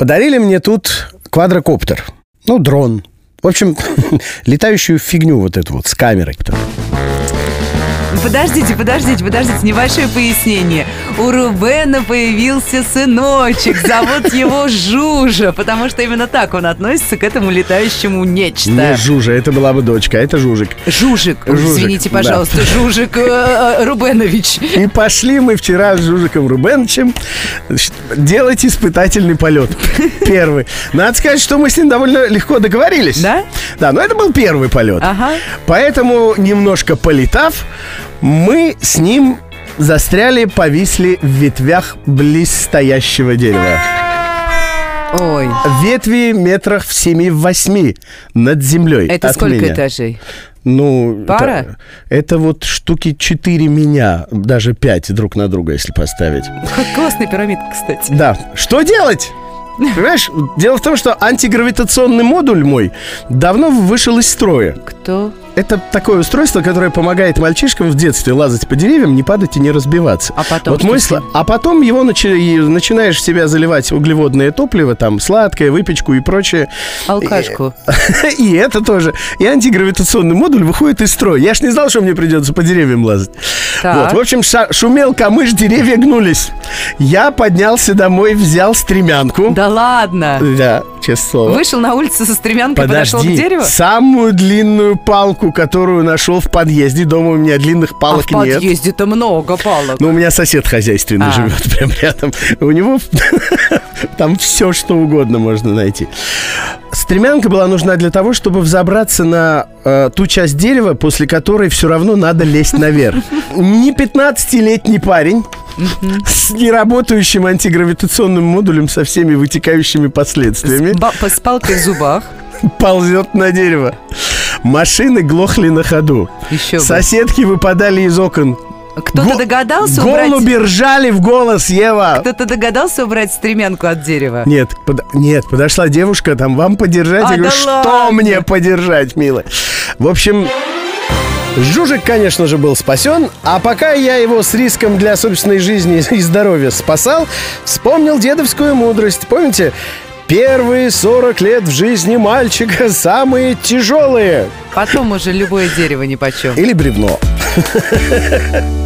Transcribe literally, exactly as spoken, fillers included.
Подарили мне тут квадрокоптер. Ну, дрон. В общем, летающую фигню вот эту вот с камерой. Подождите, подождите, подождите, небольшое пояснение. У Рубена появился сыночек, зовут его Жужа, потому что именно так он относится к этому летающему нечто. Не Жужа, это была бы дочка, а это Жужик. Жужик, Жужик, извините, пожалуйста, да. Жужик э, Рубенович. И пошли мы вчера с Жужиком Рубеновичем делать испытательный полет. Первый. Надо сказать, что мы с ним довольно легко договорились. Да? Да, но это был первый полет. Ага. Поэтому, немножко полетав, мы с ним застряли, повисли в ветвях близстоящего дерева. Ой. Ветви метрах в семи-восьми над землей. Это сколько меня. этажей? Ну, пара? Это, это вот штуки четыре меня, даже пять друг на друга, если поставить. Как классная пирамидка, кстати. Да. Что делать? Понимаешь, дело в том, что антигравитационный модуль мой давно вышел из строя. Кто? Это такое устройство, которое помогает мальчишкам в детстве лазать по деревьям, не падать и не разбиваться. А потом, вот мой сла... а потом его начи... начинаешь в себя заливать углеводное топливо, там, сладкое, выпечку и прочее. Алкашку. И... и это тоже. И антигравитационный модуль выходит из строя. Я ж не знал, что мне придется по деревьям лазать. Вот. В общем, ша... шумел камыш, деревья гнулись. Я поднялся домой, взял стремянку. Да ладно? Да, честное слово. Вышел на улицу со стремянкой, Подожди, подошел к дереву? Самую длинную палку, которую нашел в подъезде. Дома у меня длинных палок а в нет. В подъезде-то много палок. Ну, у меня сосед хозяйственный а. живет прям рядом. У него там все, что угодно можно найти. Стремянка была нужна для того, чтобы взобраться на э, ту часть дерева, после которой все равно надо лезть наверх. Не пятнадцатилетний парень с неработающим антигравитационным модулем со всеми вытекающими последствиями. С, ба- с палкой в зубах. Ползет на дерево. Машины глохли на ходу. Еще бы. Соседки выпадали из окон. Кто-то Го- догадался убрать... Голуби убрать... ржали в голос, Ева. Кто-то догадался убрать стремянку от дерева? Нет, под... нет, подошла девушка, там, вам подержать. А, Я говорю, да что ладно? мне подержать, милая? В общем... Жужик, конечно же, был спасен, а пока я его с риском для собственной жизни и здоровья спасал, вспомнил дедовскую мудрость. Помните? Первые сорок лет в жизни мальчика самые тяжелые. Потом уже любое дерево нипочем. Или бревно.